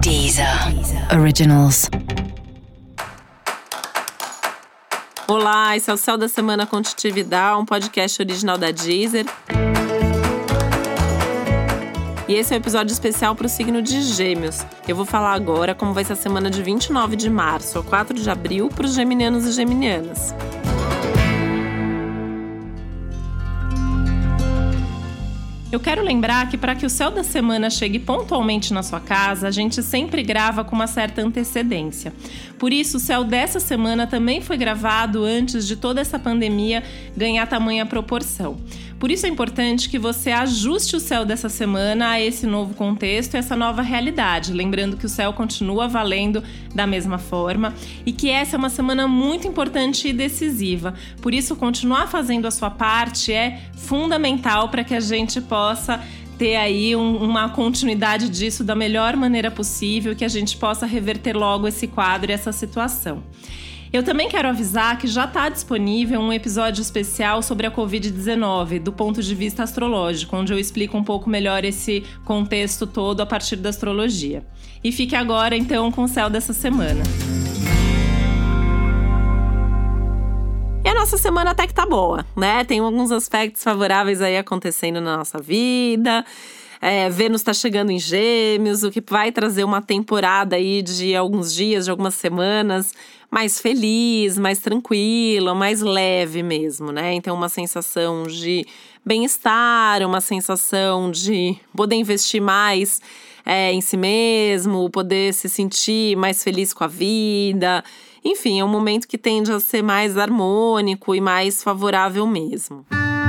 Deezer Originals. Olá, esse é o Céu da Semana com Titi Vidal, um podcast original da Deezer. E esse é um episódio especial para o signo de Gêmeos. Eu vou falar agora como vai ser a semana de 29 de março a 4 de abril para os geminianos e geminianas. Eu quero lembrar que para que o Céu da Semana chegue pontualmente na sua casa, a gente sempre grava com uma certa antecedência. Por isso, o Céu dessa semana também foi gravado antes de toda essa pandemia ganhar tamanha proporção. Por isso é importante que você ajuste o Céu dessa semana a esse novo contexto e essa nova realidade. Lembrando que o Céu continua valendo da mesma forma e que essa é uma semana muito importante e decisiva. Por isso, continuar fazendo a sua parte é fundamental para que a gente possa ter aí uma continuidade disso da melhor maneira possível e que a gente possa reverter logo esse quadro e essa situação. Eu também quero avisar que já está disponível um episódio especial sobre a Covid-19, do ponto de vista astrológico, onde eu explico um pouco melhor esse contexto todo a partir da astrologia. E fique agora, então, com o Céu dessa semana. E a nossa semana até que tá boa, né? Tem alguns aspectos favoráveis aí acontecendo na nossa vida. Vênus está chegando em Gêmeos, o que vai trazer uma temporada aí de alguns dias, de algumas semanas, mais feliz, mais tranquila, mais leve mesmo, né? Então, uma sensação de bem-estar, uma sensação de poder investir mais em si mesmo, poder se sentir mais feliz com a vida. Enfim, é um momento que tende a ser mais harmônico e mais favorável mesmo.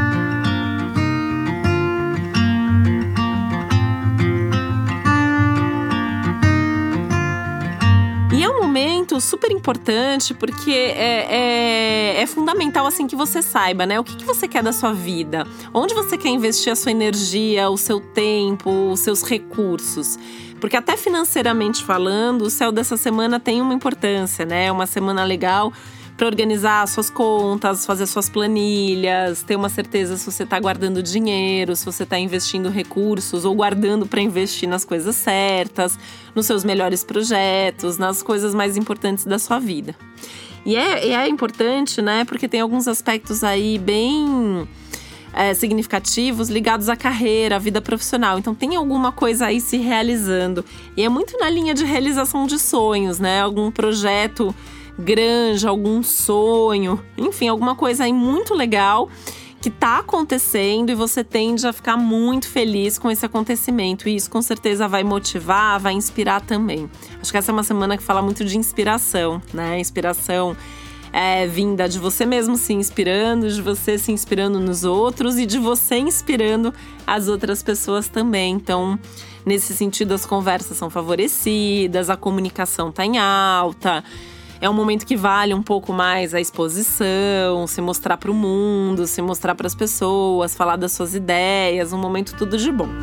E é um momento super importante porque é fundamental assim que você saiba, né? O que você quer da sua vida? Onde você quer investir a sua energia, o seu tempo, os seus recursos? Porque até financeiramente falando, o Céu dessa semana tem uma importância, né? É uma semana legal para organizar suas contas, fazer suas planilhas, ter uma certeza se você está guardando dinheiro, se você está investindo recursos ou guardando para investir nas coisas certas, nos seus melhores projetos, nas coisas mais importantes da sua vida. E é importante, né? Porque tem alguns aspectos aí bem significativos ligados à carreira, à vida profissional. Então tem alguma coisa aí se realizando. E é muito na linha de realização de sonhos, né? Algum projeto grande, algum sonho, enfim, alguma coisa aí muito legal que tá acontecendo e você tende a ficar muito feliz com esse acontecimento. E isso com certeza vai motivar, vai inspirar também. Acho que essa é uma semana que fala muito de inspiração, né? Inspiração vinda de você mesmo se inspirando, de você se inspirando nos outros e de você inspirando as outras pessoas também. Então, nesse sentido, as conversas são favorecidas, a comunicação tá em alta. É um momento que vale um pouco mais a exposição, se mostrar para o mundo, se mostrar para as pessoas, falar das suas ideias, um momento tudo de bom.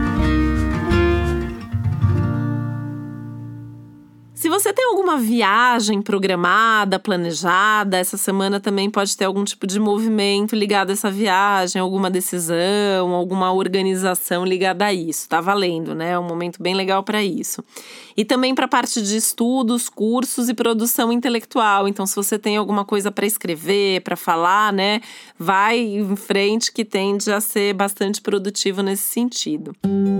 Se você tem alguma viagem programada, planejada, essa semana também pode ter algum tipo de movimento ligado a essa viagem, alguma decisão, alguma organização ligada a isso. Tá valendo, né? É um momento bem legal para isso. E também para a parte de estudos, cursos e produção intelectual. Então, se você tem alguma coisa para escrever, para falar, né? Vai em frente que tende a ser bastante produtivo nesse sentido.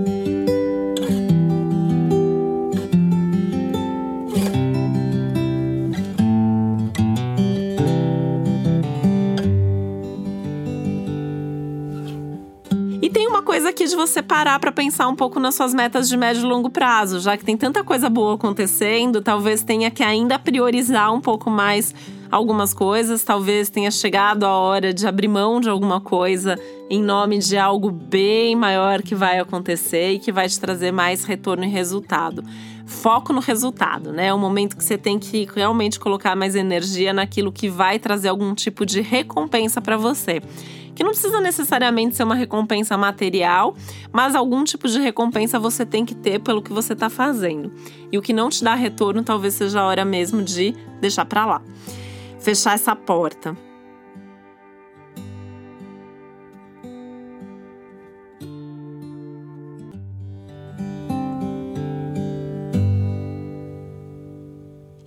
Coisa aqui de você parar para pensar um pouco nas suas metas de médio e longo prazo, já que tem tanta coisa boa acontecendo, talvez tenha que ainda priorizar um pouco mais algumas coisas, talvez tenha chegado a hora de abrir mão de alguma coisa em nome de algo bem maior que vai acontecer e que vai te trazer mais retorno e resultado. Foco no resultado, né? É um momento que você tem que realmente colocar mais energia naquilo que vai trazer algum tipo de recompensa para você. Que não precisa necessariamente ser uma recompensa material, mas algum tipo de recompensa você tem que ter pelo que você está fazendo. E o que não te dá retorno talvez seja a hora mesmo de deixar para lá. Fechar essa porta.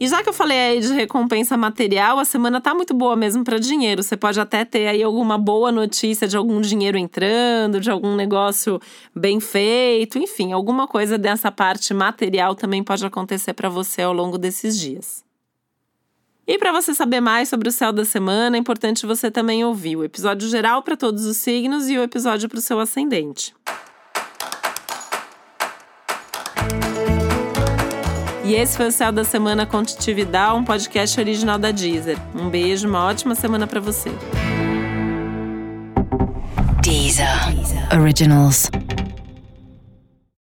E já que eu falei aí de recompensa material, a semana tá muito boa mesmo para dinheiro. Você pode até ter aí alguma boa notícia de algum dinheiro entrando, de algum negócio bem feito, enfim, alguma coisa dessa parte material também pode acontecer para você ao longo desses dias. E para você saber mais sobre o céu da semana, é importante você também ouvir o episódio geral para todos os signos e o episódio para o seu ascendente. E esse foi o Céu da Semana com Titi Vidal, um podcast original da Deezer. Um beijo, uma ótima semana para você. Deezer Originals.